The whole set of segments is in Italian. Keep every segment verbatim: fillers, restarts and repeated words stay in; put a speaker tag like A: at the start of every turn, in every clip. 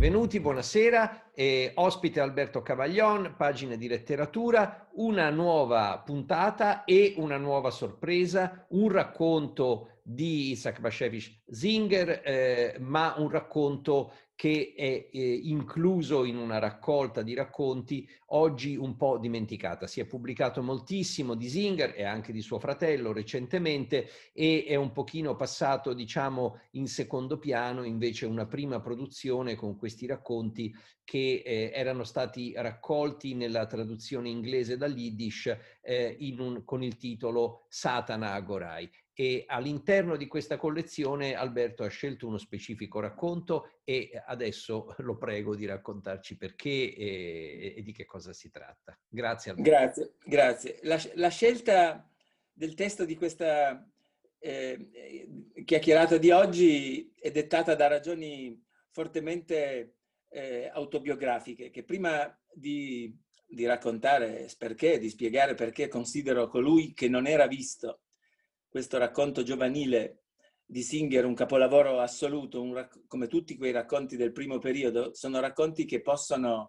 A: benvenuti, buonasera. Eh, ospite Alberto Cavaglion, pagine di letteratura, una nuova puntata e una nuova sorpresa, un racconto di Isaac Bashevic Singer, eh, ma un racconto che è eh, incluso in una raccolta di racconti oggi un po' dimenticata. Si è pubblicato moltissimo di Singer e anche di suo fratello recentemente e è un pochino passato, diciamo, in secondo piano invece una prima produzione con questi racconti che eh, erano stati raccolti nella traduzione inglese dall'Yiddish eh, in un, con il titolo Satana Agorai. E all'interno di questa collezione Alberto ha scelto uno specifico racconto e adesso lo prego di raccontarci perché e, e di che cosa si tratta. Grazie Alberto.
B: Grazie, grazie. La, la scelta del testo di questa eh, chiacchierata di oggi è dettata da ragioni fortemente eh, autobiografiche, che prima di, di raccontare perché, di spiegare perché considero colui che non era visto questo racconto giovanile di Singer un capolavoro assoluto, un come tutti quei racconti del primo periodo, sono racconti che possono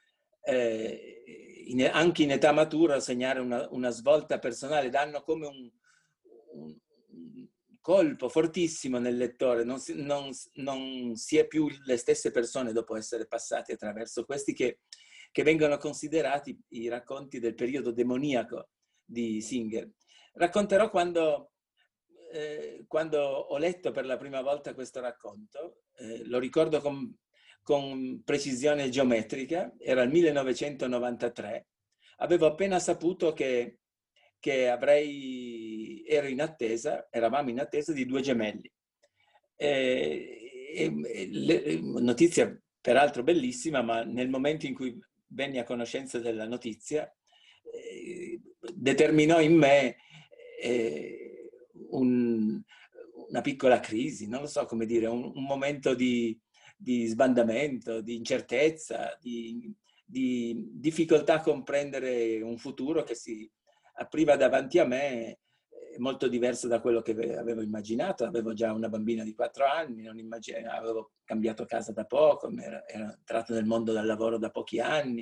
B: eh, in, anche in età matura segnare una, una svolta personale, danno come un, un, un colpo fortissimo nel lettore, non si, non, non si è più le stesse persone dopo essere passati attraverso questi che, che vengono considerati i racconti del periodo demoniaco di Singer. Racconterò quando, eh, quando ho letto per la prima volta questo racconto, eh, lo ricordo con, con precisione geometrica, era il millenovecentonovantatré, avevo appena saputo che, che avrei, ero in attesa, eravamo in attesa di due gemelli. E, e, le, notizia peraltro bellissima, ma nel momento in cui venni a conoscenza della notizia, eh, determinò in me eh, un, una piccola crisi, non lo so come dire, un, un momento di, di sbandamento, di incertezza, di, di difficoltà a comprendere un futuro che si apriva davanti a me, molto diverso da quello che avevo immaginato. Avevo già una bambina di quattro anni, non avevo cambiato casa da poco, ero, ero entrato nel mondo del lavoro da pochi anni.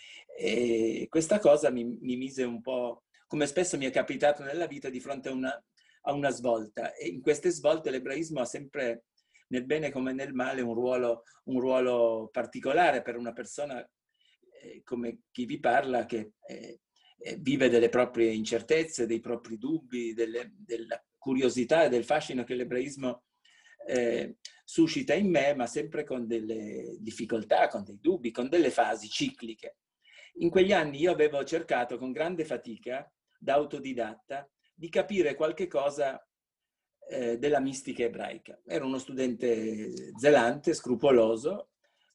B: E questa cosa mi, mi mise un po', come spesso mi è capitato nella vita, di fronte a una, a una svolta. E in queste svolte l'ebraismo ha sempre, nel bene come nel male, un ruolo, un ruolo particolare per una persona eh, come chi vi parla, che eh, vive delle proprie incertezze, dei propri dubbi, delle, della curiosità e del fascino che l'ebraismo eh, suscita in me, ma sempre con delle difficoltà, con dei dubbi, con delle fasi cicliche. In quegli anni io avevo cercato con grande fatica, da autodidatta, di capire qualche cosa eh, della mistica ebraica. Ero uno studente zelante, scrupoloso,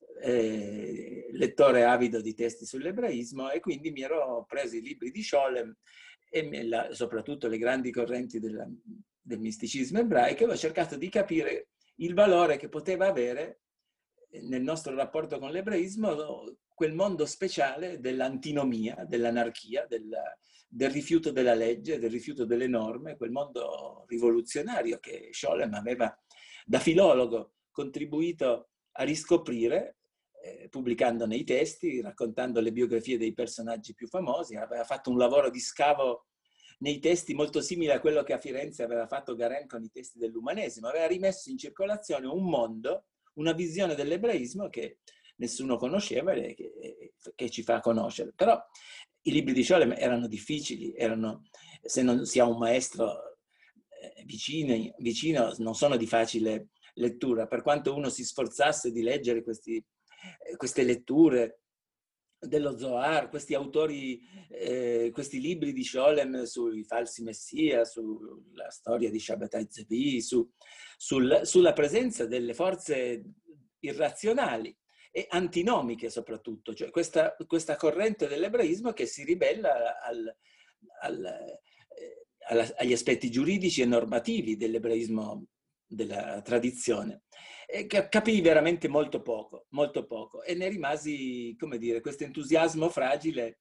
B: eh, lettore avido di testi sull'ebraismo, e quindi mi ero preso i libri di Scholem e la, soprattutto le grandi correnti della, del misticismo ebraico, e ho cercato di capire il valore che poteva avere nel nostro rapporto con l'ebraismo quel mondo speciale dell'antinomia, dell'anarchia, del, del rifiuto della legge, del rifiuto delle norme, quel mondo rivoluzionario che Scholem aveva da filologo contribuito a riscoprire, eh, pubblicando nei testi, raccontando le biografie dei personaggi più famosi. Aveva fatto un lavoro di scavo nei testi molto simile a quello che a Firenze aveva fatto Garen con i testi dell'umanesimo. Aveva rimesso in circolazione un mondo, una visione dell'ebraismo che nessuno conosceva e che, che ci fa conoscere. Però i libri di Scholem erano difficili, erano, se non si ha un maestro eh, vicino, vicino, non sono di facile lettura. Per quanto uno si sforzasse di leggere questi, eh, queste letture dello Zohar, questi autori, eh, questi libri di Scholem sui falsi messia, sulla storia di Shabbatai Zevi, su, sul, sulla presenza delle forze irrazionali e antinomiche soprattutto, cioè questa, questa corrente dell'ebraismo che si ribella al, al, eh, alla, agli aspetti giuridici e normativi dell'ebraismo della tradizione. E capii veramente molto poco, molto poco, e ne rimasi, come dire, questo entusiasmo fragile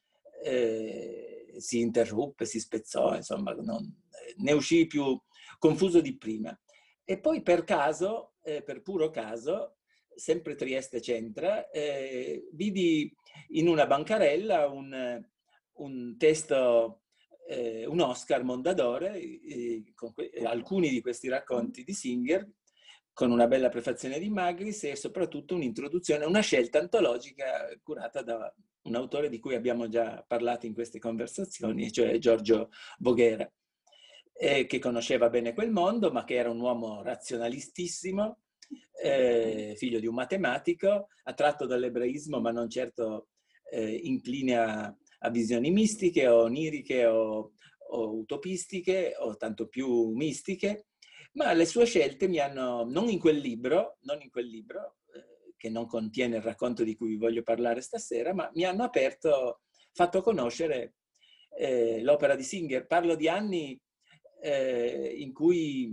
B: eh, si interruppe, si spezzò, insomma, non, ne uscii più confuso di prima. E poi per caso, eh, per puro caso, sempre Trieste Centra, eh, vidi in una bancarella un, un testo, eh, un Oscar Mondadori, eh, con alcuni di questi racconti di Singer, con una bella prefazione di Magris e soprattutto un'introduzione, una scelta antologica curata da un autore di cui abbiamo già parlato in queste conversazioni, cioè Giorgio Voghera, eh, che conosceva bene quel mondo, ma che era un uomo razionalistissimo, eh, figlio di un matematico, attratto dall'ebraismo, ma non certo eh, incline a, a visioni mistiche o oniriche o, o utopistiche o tanto più mistiche. Ma le sue scelte mi hanno, non in quel libro, non in quel libro eh, che non contiene il racconto di cui vi voglio parlare stasera, ma mi hanno aperto, fatto conoscere eh, l'opera di Singer. Parlo di anni eh, in cui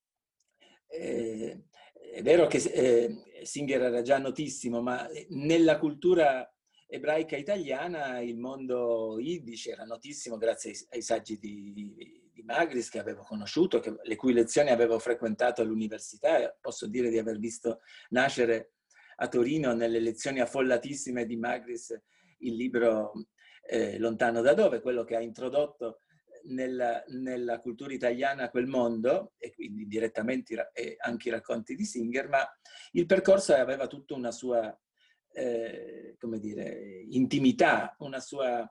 B: eh, è vero che eh, Singer era già notissimo, ma nella cultura ebraica italiana il mondo Yiddish era notissimo grazie ai, ai saggi di, di Magris che avevo conosciuto, che, le cui lezioni avevo frequentato all'università. Posso dire di aver visto nascere a Torino nelle lezioni affollatissime di Magris il libro eh, Lontano da dove, quello che ha introdotto nella, nella cultura italiana quel mondo, e quindi direttamente eh, anche i racconti di Singer, ma il percorso aveva tutta una sua Eh, come dire, intimità, una sua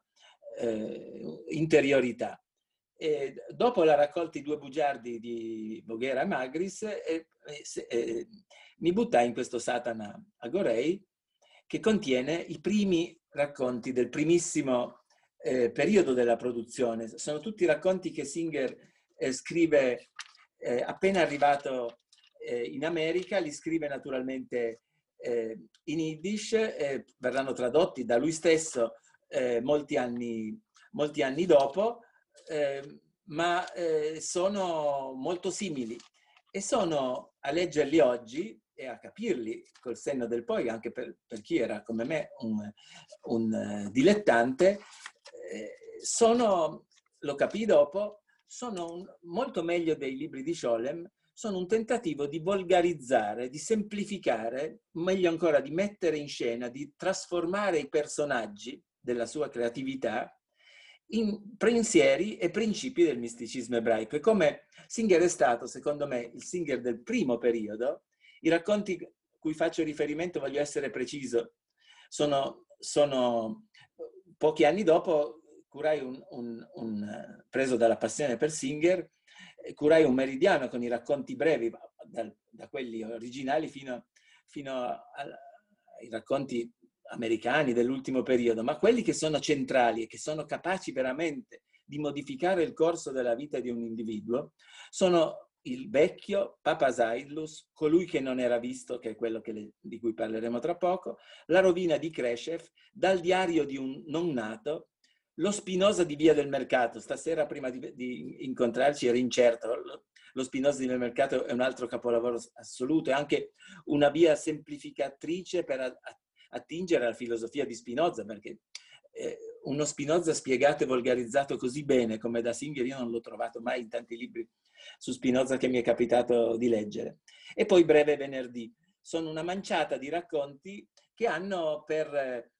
B: eh, interiorità. E dopo la raccolta I due bugiardi di Voghera e Magris, eh, eh, eh, mi buttai in questo Satana Agorei, che contiene i primi racconti del primissimo eh, periodo della produzione. Sono tutti racconti che Singer eh, scrive eh, appena arrivato eh, in America, li scrive naturalmente Eh, in Yiddish, eh, verranno tradotti da lui stesso eh, molti, anni, molti anni dopo, eh, ma eh, sono molto simili e sono, a leggerli oggi e a capirli col senno del poi, anche per, per chi era come me un, un uh, dilettante, eh, sono, lo capii dopo, sono un, molto meglio dei libri di Scholem. Sono un tentativo di volgarizzare, di semplificare, meglio ancora di mettere in scena, di trasformare i personaggi della sua creatività in pensieri e principi del misticismo ebraico. E come Singer è stato, secondo me, il Singer del primo periodo, i racconti a cui faccio riferimento, voglio essere preciso, sono, sono pochi anni dopo, curai un, un, un, preso dalla passione per Singer, curai un meridiano con i racconti brevi, da, da quelli originali fino, fino a, ai racconti americani dell'ultimo periodo, ma quelli che sono centrali e che sono capaci veramente di modificare il corso della vita di un individuo, sono il vecchio, Papa Zaidlus, colui che non era visto, che è quello che le, di cui parleremo tra poco, la rovina di Kreshev, dal diario di un non nato, lo Spinoza di Via del Mercato. Stasera, prima di, di incontrarci, ero incerto. Lo, lo Spinoza di Via del Mercato è un altro capolavoro assoluto, è anche una via semplificatrice per a, a, attingere alla filosofia di Spinoza, perché eh, uno Spinoza spiegato e volgarizzato così bene come da Singer io non l'ho trovato mai in tanti libri su Spinoza che mi è capitato di leggere. E poi Breve Venerdì. Sono una manciata di racconti che hanno per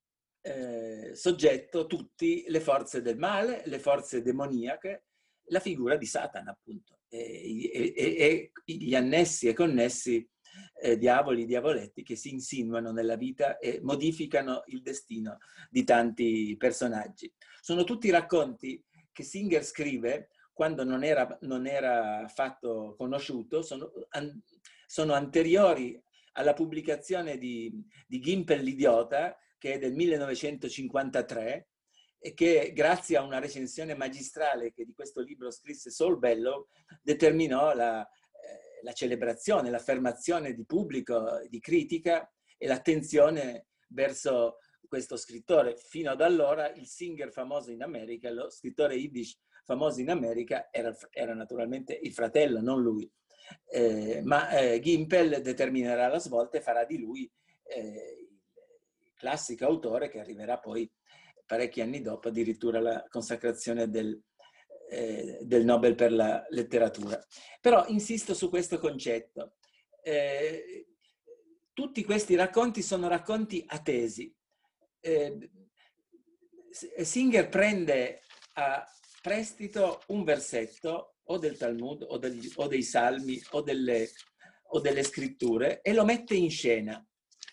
B: Eh, soggetto tutti le forze del male, le forze demoniache, la figura di Satana appunto, e, e, e, e gli annessi e connessi eh, diavoli, diavoletti che si insinuano nella vita e modificano il destino di tanti personaggi. Sono tutti racconti che Singer scrive quando non era, non era affatto conosciuto, sono, an, sono anteriori alla pubblicazione di, di Gimpel l'idiota, che è del millenovecentocinquantatré e che grazie a una recensione magistrale che di questo libro scrisse Saul Bellow determinò la, eh, la celebrazione, l'affermazione di pubblico, di critica e l'attenzione verso questo scrittore. Fino ad allora il Singer famoso in America, lo scrittore Yiddish famoso in America era, era naturalmente il fratello, non lui. Eh, ma eh, Gimpel determinerà la svolta e farà di lui eh, classico autore che arriverà poi parecchi anni dopo addirittura alla consacrazione del, eh, del Nobel per la letteratura. Però insisto su questo concetto. Eh, tutti questi racconti sono racconti atesi. Eh, Singer prende a prestito un versetto o del Talmud o, degli, o dei Salmi o delle, o delle scritture e lo mette in scena,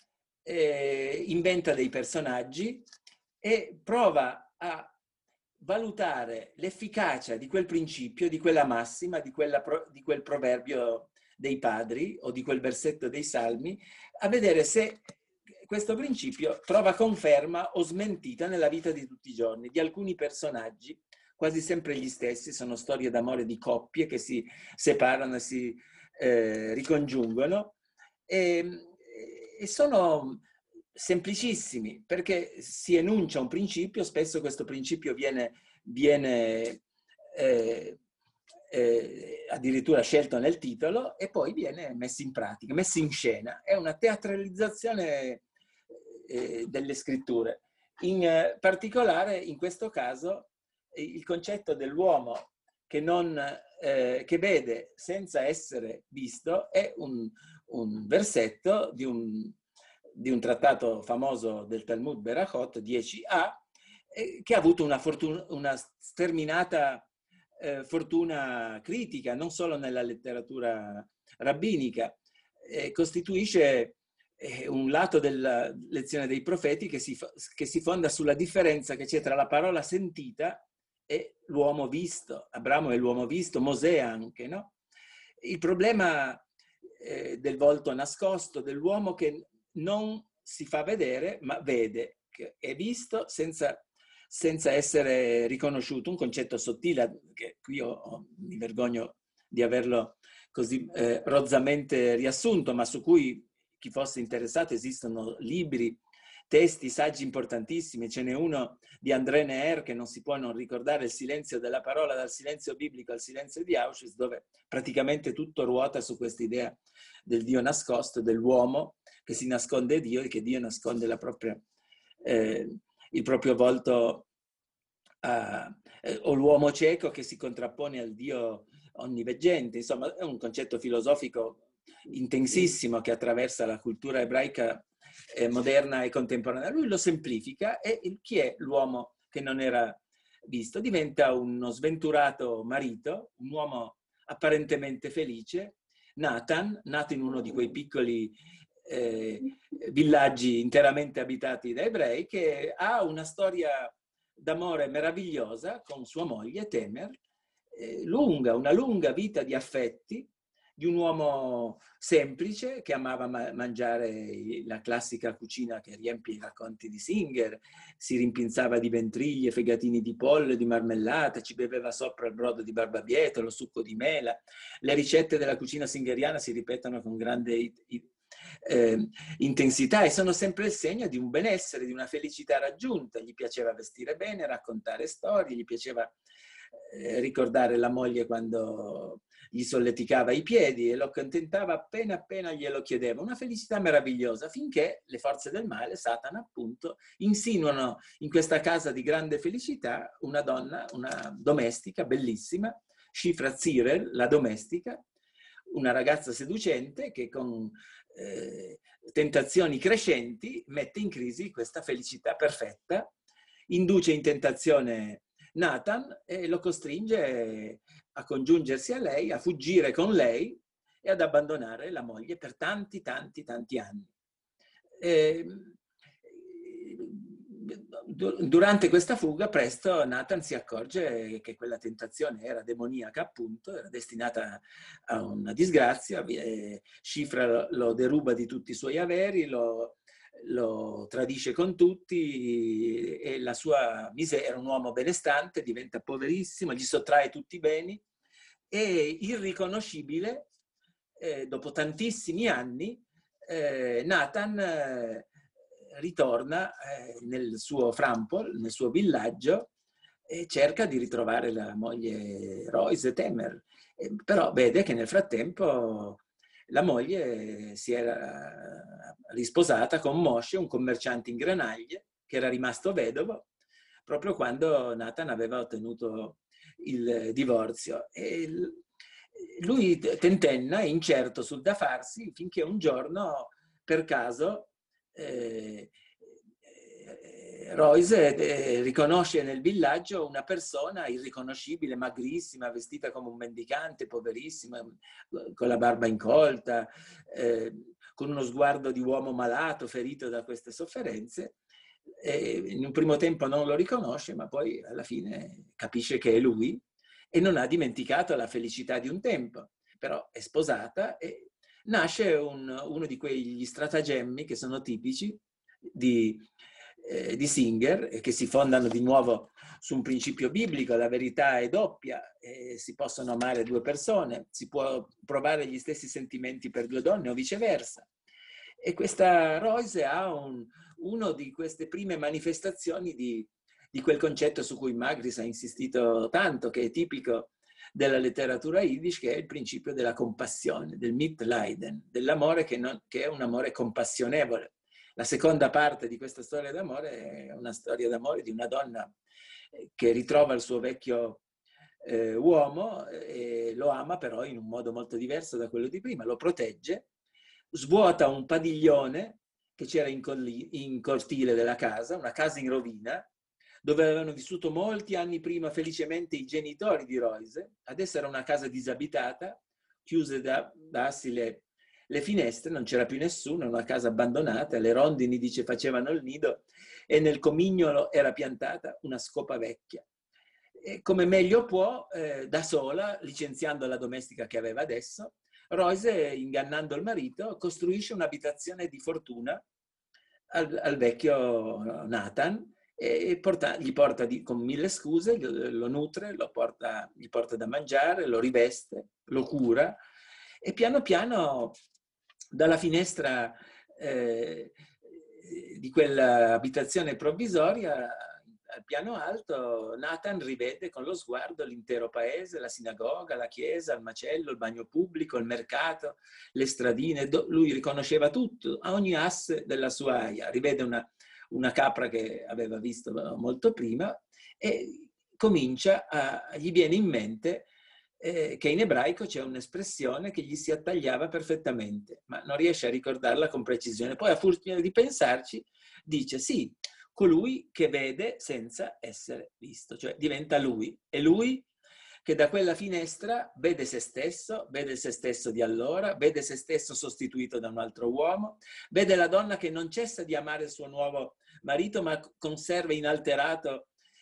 B: eh, inventa dei personaggi e prova a valutare l'efficacia di quel principio, di quella massima, di, quella, di quel proverbio dei padri o di quel versetto dei Salmi, a vedere se questo principio trova conferma o smentita nella vita di tutti i giorni, di alcuni personaggi, quasi sempre gli stessi, sono storie d'amore di coppie che si separano e si eh, ricongiungono, e, e sono semplicissimi, perché si enuncia un principio, spesso questo principio viene, viene eh, eh, addirittura scelto nel titolo e poi viene messo in pratica, messo in scena. È una teatralizzazione eh, delle scritture. In eh, particolare, in questo caso, eh, il concetto dell'uomo che, non, eh, che vede senza essere visto è un, un versetto di un di un trattato famoso del Talmud Berachot dieci a, eh, che ha avuto una, fortuna, una sterminata eh, fortuna critica, non solo nella letteratura rabbinica. Eh, costituisce eh, un lato della lezione dei profeti che si, che si fonda sulla differenza che c'è tra la parola sentita e l'uomo visto. Abramo è l'uomo visto, Mosè anche, no? Il problema eh, del volto nascosto, dell'uomo che non si fa vedere, ma vede, che è visto senza, senza essere riconosciuto. Un concetto sottile, che qui io, io mi vergogno di averlo così eh, rozzamente riassunto, ma su cui chi fosse interessato esistono libri, testi, saggi importantissimi. Ce n'è uno di André Neher che non si può non ricordare, Il silenzio della parola, dal silenzio biblico al silenzio di Auschwitz, dove praticamente tutto ruota su questa idea del Dio nascosto, dell'uomo che si nasconde Dio e che Dio nasconde la propria, eh, il proprio volto, a, eh, o l'uomo cieco che si contrappone al Dio onniveggente. Insomma, è un concetto filosofico intensissimo che attraversa la cultura ebraica eh, moderna e contemporanea. Lui lo semplifica e chi è l'uomo che non era visto? Diventa uno sventurato marito, un uomo apparentemente felice, Nathan, nato in uno di quei piccoli eh, villaggi interamente abitati da ebrei, che ha una storia d'amore meravigliosa con sua moglie Temer, eh, lunga, una lunga vita di affetti, di un uomo semplice che amava ma- mangiare la classica cucina che riempie i racconti di Singer, si rimpinzava di ventriglie, fegatini di pollo, di marmellata, ci beveva sopra il brodo di barbabietola, lo succo di mela. Le ricette della cucina singeriana si ripetono con grande eh, intensità e sono sempre il segno di un benessere, di una felicità raggiunta. Gli piaceva vestire bene, raccontare storie, gli piaceva eh, ricordare la moglie quando gli solleticava i piedi e lo accontentava appena appena glielo chiedeva. Una felicità meravigliosa, finché le forze del male, Satana appunto, insinuano in questa casa di grande felicità una donna, una domestica bellissima, Shifra Zirel, la domestica, una ragazza seducente che con eh, tentazioni crescenti mette in crisi questa felicità perfetta, induce in tentazione Nathan e lo costringe a congiungersi a lei, a fuggire con lei e ad abbandonare la moglie per tanti, tanti, tanti anni. E, durante questa fuga, presto Nathan si accorge che quella tentazione era demoniaca, appunto, era destinata a una disgrazia. Shifra lo deruba di tutti i suoi averi, lo, lo tradisce con tutti e la sua miseria, era un uomo benestante, diventa poverissimo, gli sottrae tutti i beni e irriconoscibile, eh, dopo tantissimi anni, eh, Nathan eh, ritorna eh, nel suo Frampol, nel suo villaggio, e cerca di ritrovare la moglie Royce Temer, eh, però vede che nel frattempo la moglie si era risposata con Moshe, un commerciante in granaglie, che era rimasto vedovo proprio quando Nathan aveva ottenuto il divorzio. E lui tentenna, incerto sul da farsi, finché un giorno per caso, eh, Royce eh, riconosce nel villaggio una persona irriconoscibile, magrissima, vestita come un mendicante, poverissima, con la barba incolta, eh, con uno sguardo di uomo malato, ferito da queste sofferenze. E in un primo tempo non lo riconosce, ma poi alla fine capisce che è lui e non ha dimenticato la felicità di un tempo. Però è sposata e nasce un, uno di quegli stratagemmi che sono tipici di... di Singer, e che si fondano di nuovo su un principio biblico: la verità è doppia, e si possono amare due persone, si può provare gli stessi sentimenti per due donne o viceversa. E questa Royce ha un, uno di queste prime manifestazioni di, di quel concetto su cui Magris ha insistito tanto, che è tipico della letteratura Yiddish, che è il principio della compassione, del Mitleiden, dell'amore che, non, che è un amore compassionevole. La seconda parte di questa storia d'amore è una storia d'amore di una donna che ritrova il suo vecchio eh, uomo e lo ama però in un modo molto diverso da quello di prima, lo protegge, svuota un padiglione che c'era in, in cortile della casa, una casa in rovina, dove avevano vissuto molti anni prima felicemente i genitori di Royce. Adesso era una casa disabitata, chiuse da, da assi le le finestre, non c'era più nessuno, una casa abbandonata, le rondini, dice, facevano il nido e nel comignolo era piantata una scopa vecchia. E come meglio può, eh, da sola, licenziando la domestica che aveva adesso, Royce, ingannando il marito, costruisce un'abitazione di fortuna al, al vecchio Nathan e porta, gli porta di, con mille scuse, lo nutre, lo porta, gli porta da mangiare, lo riveste, lo cura e piano piano dalla finestra eh, di quell'abitazione provvisoria al piano alto Nathan rivede con lo sguardo l'intero paese, la sinagoga, la chiesa, il macello, il bagno pubblico, il mercato, le stradine. Lui riconosceva tutto, a ogni asse della sua aia. Rivede una, una capra che aveva visto molto prima e comincia a, gli viene in mente Eh, che in ebraico c'è un'espressione che gli si attagliava perfettamente, ma non riesce a ricordarla con precisione. Poi, a fortuna di pensarci, dice sì, colui che vede senza essere visto, cioè diventa lui. È lui che da quella finestra vede se stesso, vede se stesso di allora, vede se stesso sostituito da un altro uomo, vede la donna che non cessa di amare il suo nuovo marito, ma conserva inalterato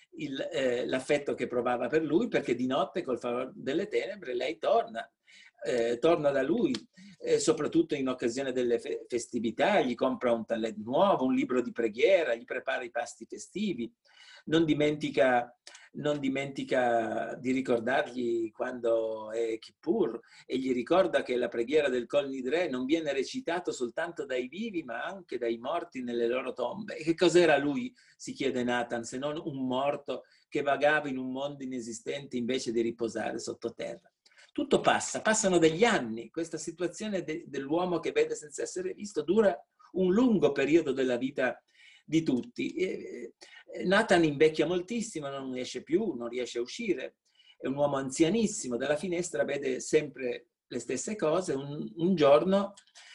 B: eh, l'affetto che provava per lui, perché di notte col favore delle tenebre lei torna, eh, torna da lui, eh, soprattutto in occasione delle fe festività, gli compra un talent nuovo, un libro di preghiera, gli prepara i pasti festivi, non dimentica, non dimentica di ricordargli quando è Kippur e gli ricorda che la preghiera del Kol Nidre non viene recitato soltanto dai vivi ma anche dai morti nelle loro tombe. E che cos'era lui, si chiede Nathan, se non un morto che vagava in un mondo inesistente invece di riposare sottoterra? Tutto passa, passano degli anni, questa situazione de dell'uomo che vede senza essere visto dura un lungo periodo della vita di tutti. E Nathan invecchia moltissimo, non esce più, non riesce a uscire, è un uomo anzianissimo, dalla finestra vede sempre le stesse cose. Un, un giorno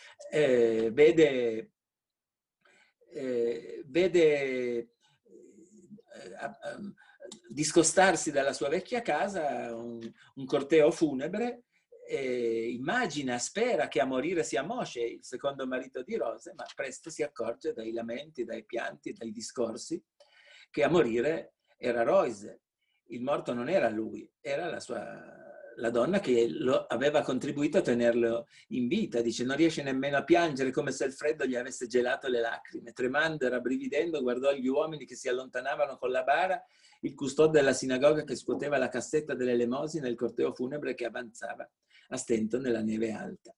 B: eh, vede, eh, vede eh, discostarsi dalla sua vecchia casa un, un corteo funebre. Eh, immagina, spera che a morire sia Moshe, il secondo marito di Rose, ma presto si accorge dai lamenti, dai pianti, dai discorsi che a morire era Royce. Il morto non era lui, era la sua, la donna che lo aveva contribuito a tenerlo in vita. Dice, non riesce nemmeno a piangere, come se il freddo gli avesse gelato le lacrime. Tremando e rabbrividendo guardò gli uomini che si allontanavano con la bara, il custode della sinagoga che scuoteva la cassetta delle elemosine e il corteo funebre che avanzava a stento nella neve alta.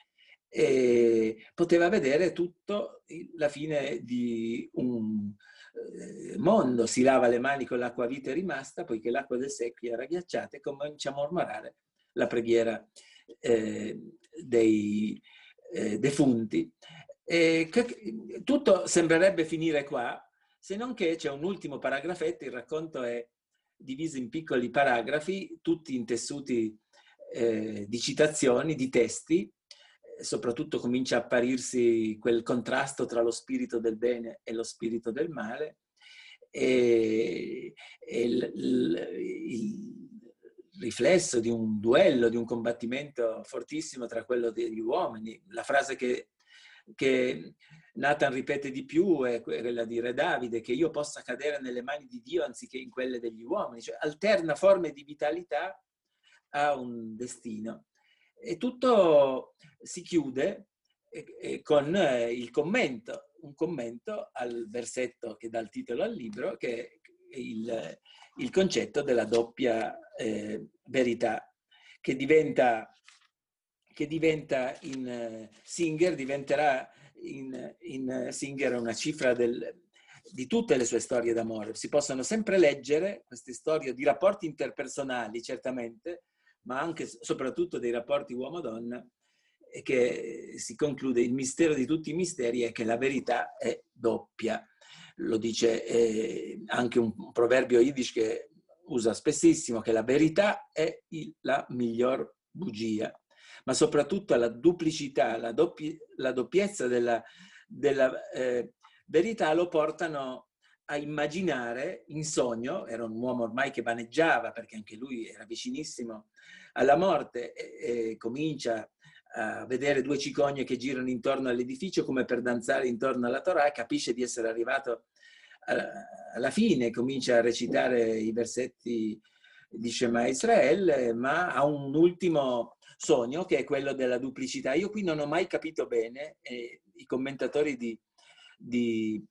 B: E poteva vedere tutto la fine di un eh, mondo. Si lava le mani con l'acqua vita rimasta, poiché l'acqua del secchio era ghiacciata, e comincia a mormorare la preghiera eh, dei eh, defunti. E che, tutto sembrerebbe finire qua, se non che c'è un ultimo paragrafetto. Il racconto è diviso in piccoli paragrafi, tutti intessuti eh, di citazioni, di testi, soprattutto comincia a apparirsi quel contrasto tra lo spirito del bene e lo spirito del male, e, e il, il, il riflesso di un duello, di un combattimento fortissimo tra quello degli uomini. La frase che, che Nathan ripete di più è quella di Re Davide, che io possa cadere nelle mani di Dio anziché in quelle degli uomini, cioè alterna forme di vitalità a un destino. E tutto si chiude con il commento, un commento al versetto che dà il titolo al libro, che è il, il concetto della doppia eh, verità, che diventa, che diventa in Singer, diventerà in, in Singer una cifra del, di tutte le sue storie d'amore. Si possono sempre leggere queste storie di rapporti interpersonali, certamente, ma anche soprattutto dei rapporti uomo-donna, e che si conclude: il mistero di tutti i misteri è che la verità è doppia. Lo dice eh, anche un proverbio yiddish che usa spessissimo, che la verità è il, la miglior bugia, ma soprattutto la duplicità, la, doppi, la doppiezza della, della eh, verità lo portano a immaginare in sogno. Era un uomo ormai che vaneggiava, perché anche lui era vicinissimo alla morte, e, e comincia a vedere due cicogne che girano intorno all'edificio come per danzare intorno alla Torah, e capisce di essere arrivato alla fine, comincia a recitare i versetti di Shema Israel, ma ha un ultimo sogno che è quello della duplicità. Io qui non ho mai capito bene, e i commentatori di, di,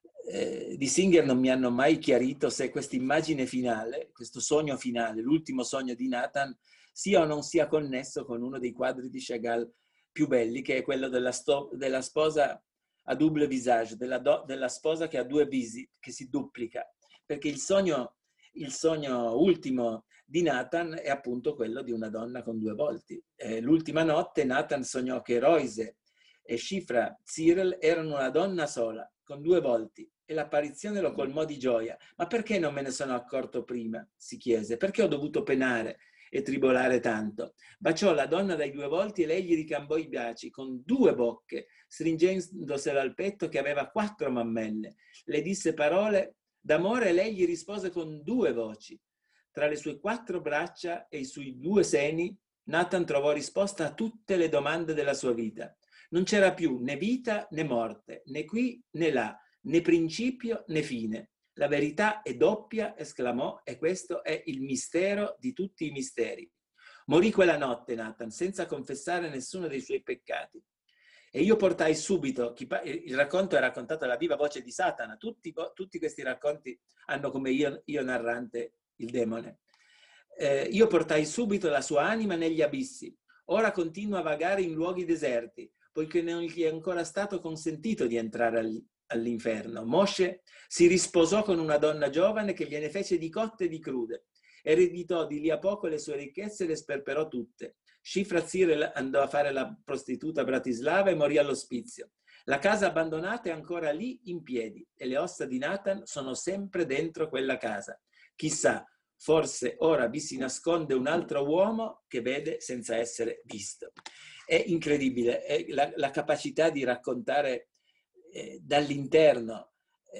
B: eh, di Singer non mi hanno mai chiarito se questa immagine finale, questo sogno finale, l'ultimo sogno di Nathan, sia o non sia connesso con uno dei quadri di Chagall più belli, che è quello della, sto, della sposa a double visage, della, do, della sposa che ha due visi, che si duplica, perché il sogno, il sogno ultimo di Nathan è appunto quello di una donna con due volti. Eh, l'ultima notte Nathan sognò che Roise e Shifra Zirel erano una donna sola, con due volti, e l'apparizione lo colmò di gioia. Ma perché non me ne sono accorto prima? Si chiese. Perché ho dovuto penare e tribolare tanto? Baciò la donna dai due volti e lei gli ricambò i baci con due bocche, stringendosela al petto che aveva quattro mammelle. Le disse parole d'amore e lei gli rispose con due voci. Tra le sue quattro braccia e i suoi due seni, Nathan trovò risposta a tutte le domande della sua vita. Non c'era più né vita né morte, né qui né là, né principio né fine. La verità è doppia, esclamò, e questo è il mistero di tutti i misteri. Morì quella notte Nathan senza confessare nessuno dei suoi peccati. E io portai subito, il racconto è raccontato alla viva voce di Satana, tutti, tutti questi racconti hanno come io, io narrante il demone. Eh, io portai subito la sua anima negli abissi, ora continua a vagare in luoghi deserti, poiché non gli è ancora stato consentito di entrare all'inferno. Moshe si risposò con una donna giovane che gliene fece di cotte e di crude. Ereditò di lì a poco le sue ricchezze e le sperperò tutte. Shifra Zirel andò a fare la prostituta a Bratislava e morì all'ospizio. La casa abbandonata è ancora lì in piedi e le ossa di Nathan sono sempre dentro quella casa. Chissà, forse ora vi si nasconde un altro uomo che vede senza essere visto. È incredibile, è la, la capacità di raccontare eh, dall'interno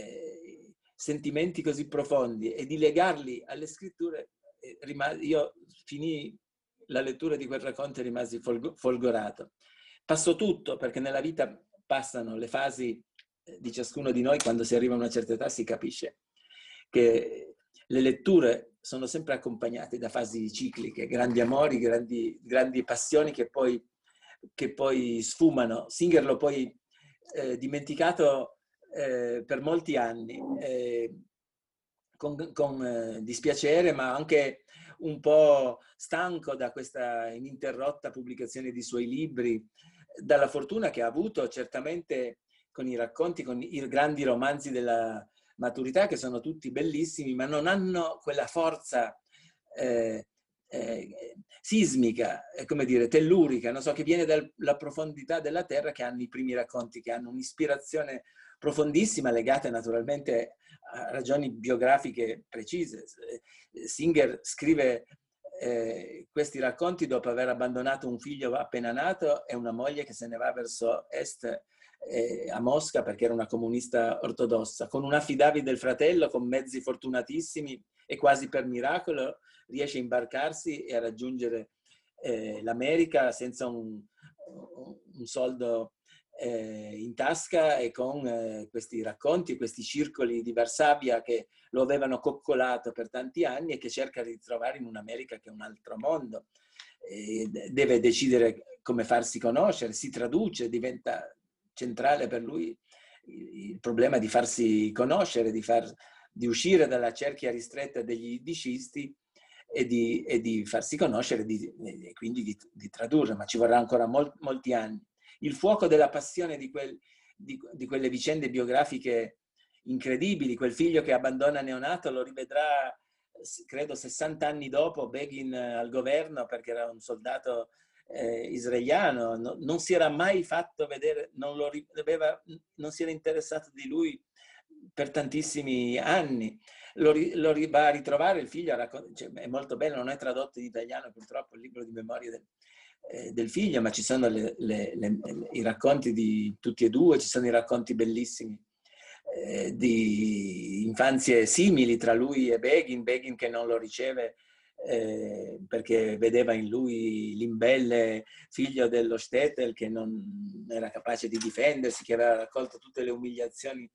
B: eh, sentimenti così profondi e di legarli alle scritture. Eh, io finì la lettura di quel racconto e rimasi folgorato. Passò tutto, perché nella vita passano le fasi di ciascuno di noi. Quando si arriva a una certa età si capisce che le letture sono sempre accompagnate da fasi cicliche, grandi amori, grandi, grandi passioni che poi, che poi sfumano. Singer l'ho poi eh, dimenticato eh, per molti anni, eh, con, con eh, dispiacere, ma anche un po' stanco da questa ininterrotta pubblicazione di suoi libri, dalla fortuna che ha avuto certamente con i racconti, con i grandi romanzi della maturità, che sono tutti bellissimi, ma non hanno quella forza eh, eh, sismica, eh, come dire, tellurica, non so, che viene dalla profondità della terra, che hanno i primi racconti, che hanno un'ispirazione profondissima, legate naturalmente a ragioni biografiche precise. Singer scrive eh, questi racconti dopo aver abbandonato un figlio appena nato e una moglie che se ne va verso est, eh, a Mosca, perché era una comunista ortodossa, con un affidavit del fratello, con mezzi fortunatissimi e quasi per miracolo riesce a imbarcarsi e a raggiungere eh, l'America senza un, un soldo eh, in tasca, e con eh, questi racconti, questi circoli di Varsavia che lo avevano coccolato per tanti anni e che cerca di trovare in un'America che è un altro mondo. E deve decidere come farsi conoscere, si traduce, diventa centrale per lui il problema di farsi conoscere, di, far, di uscire dalla cerchia ristretta degli iddicisti e di, e di farsi conoscere di, e quindi di, di tradurre, ma ci vorrà ancora mol, molti anni. Il fuoco della passione di, quel, di, di quelle vicende biografiche incredibili, quel figlio che abbandona neonato lo rivedrà, credo, sessanta anni dopo, Begin al governo, perché era un soldato eh, israeliano, no, non si era mai fatto vedere, non, lo aveva, non si era interessato di lui per tantissimi anni. Lo, lo va a ritrovare il figlio, cioè, è molto bello, non è tradotto in italiano purtroppo il libro di memoria del, eh, del figlio, ma ci sono le, le, le, i racconti di tutti e due, ci sono i racconti bellissimi eh, di infanzie simili tra lui e Begin, Begin che non lo riceve eh, perché vedeva in lui l'imbelle figlio dello Stettel che non era capace di difendersi, che aveva raccolto tutte le umiliazioni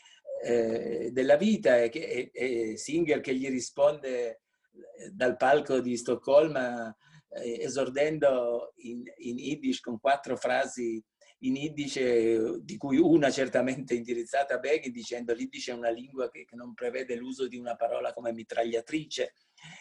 B: eh, della vita, e, che, e, e Singer che gli risponde dal palco di Stoccolma eh, esordendo in, in Yiddish con quattro frasi in Yiddish, di cui una certamente indirizzata a Begin, dicendo l'Yiddish è una lingua che, che non prevede l'uso di una parola come mitragliatrice,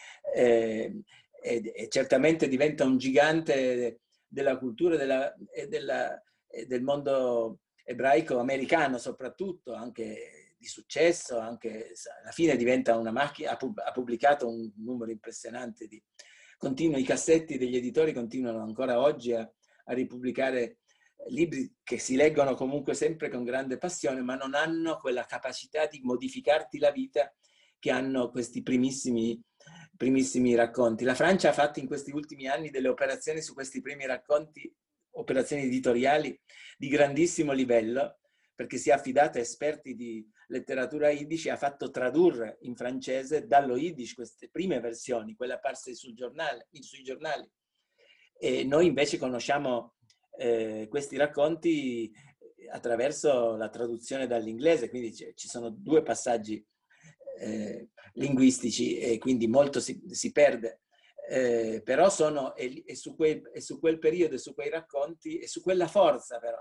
B: eh, e, e certamente diventa un gigante della cultura della, e, della, e del mondo ebraico americano soprattutto, anche di successo, anche alla fine diventa una macchina, ha pubblicato un numero impressionante di continui, i cassetti degli editori continuano ancora oggi a, a ripubblicare libri che si leggono comunque sempre con grande passione, ma non hanno quella capacità di modificarti la vita che hanno questi primissimi, primissimi racconti. La Francia ha fatto in questi ultimi anni delle operazioni su questi primi racconti, operazioni editoriali di grandissimo livello, perché si è affidata a esperti di letteratura yiddish e ha fatto tradurre in francese dallo yiddish queste prime versioni, quelle apparse sul giornale, sui giornali. E noi invece conosciamo eh, questi racconti attraverso la traduzione dall'inglese, quindi ci sono due passaggi eh, linguistici e quindi molto si, si perde. Eh, però sono, e, e, su quel, e su quel periodo, e su quei racconti, e su quella forza però,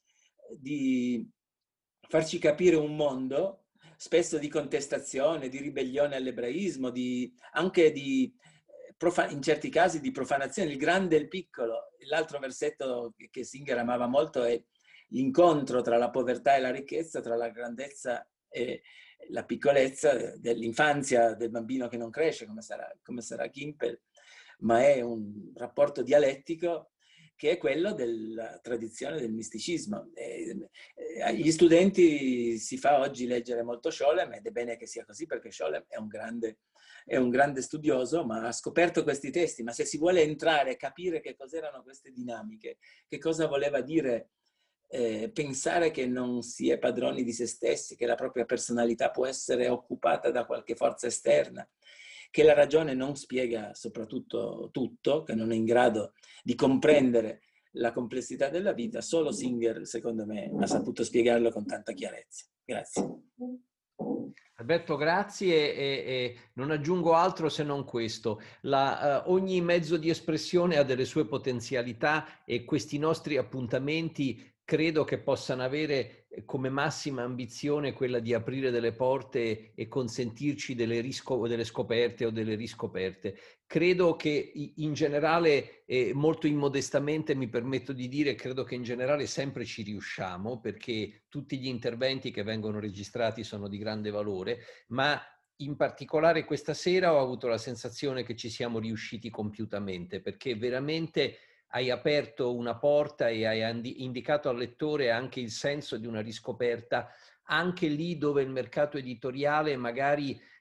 B: di farci capire un mondo spesso di contestazione, di ribellione all'ebraismo, di, anche di, in certi casi di profanazione, il grande e il piccolo. L'altro versetto che Singer amava molto è l'incontro tra la povertà e la ricchezza, tra la grandezza e la piccolezza dell'infanzia del bambino che non cresce, come sarà, come sarà Gimpel, ma è un rapporto dialettico che è quello della tradizione del misticismo. E, e, agli studenti si fa oggi leggere molto Scholem, ed è bene che sia così, perché Scholem è un grande, è un grande studioso, ma ha scoperto questi testi. Ma se si vuole entrare e capire che cos'erano queste dinamiche, che cosa voleva dire eh, pensare che non si è padroni di se stessi, che la propria personalità può essere occupata da qualche forza esterna, che la ragione non spiega soprattutto tutto, che non è in grado di comprendere la complessità della vita, solo Singer, secondo me, ha saputo spiegarlo con tanta chiarezza. Grazie.
A: Alberto, grazie, e, e non aggiungo altro se non questo. La, uh, ogni mezzo di espressione ha delle sue potenzialità, e questi nostri appuntamenti credo che possano avere come massima ambizione quella di aprire delle porte e consentirci delle, risco- delle scoperte o delle riscoperte. Credo che in generale, eh, molto immodestamente mi permetto di dire, credo che in generale sempre ci riusciamo, perché tutti gli interventi che vengono registrati sono di grande valore, ma in particolare questa sera ho avuto la sensazione che ci siamo riusciti compiutamente, perché veramente hai aperto una porta e hai indicato al lettore anche il senso di una riscoperta, anche lì dove il mercato editoriale magari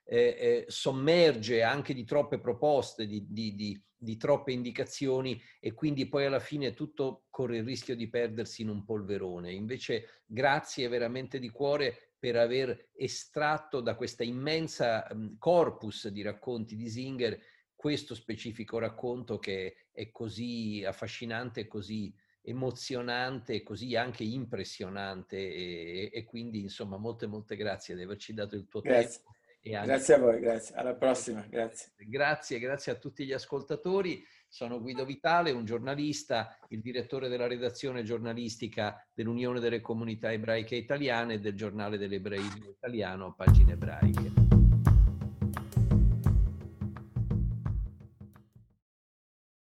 A: eh, eh, sommerge anche di troppe proposte, di, di, di, di troppe indicazioni, e quindi poi alla fine tutto corre il rischio di perdersi in un polverone. Invece grazie veramente di cuore per aver estratto da questa immensa um, corpus di racconti di Singer questo specifico racconto che è così affascinante, così emozionante e così anche impressionante, e, e quindi insomma molte molte grazie di averci dato il tuo
B: Grazie.
A: tempo e anche
B: Grazie a voi, grazie. Alla prossima, grazie.
A: grazie, grazie a tutti gli ascoltatori. Sono Guido Vitale, un giornalista, il direttore della redazione giornalistica dell'Unione delle Comunità Ebraiche Italiane e del Giornale dell'Ebraismo Italiano, Pagine Ebraiche.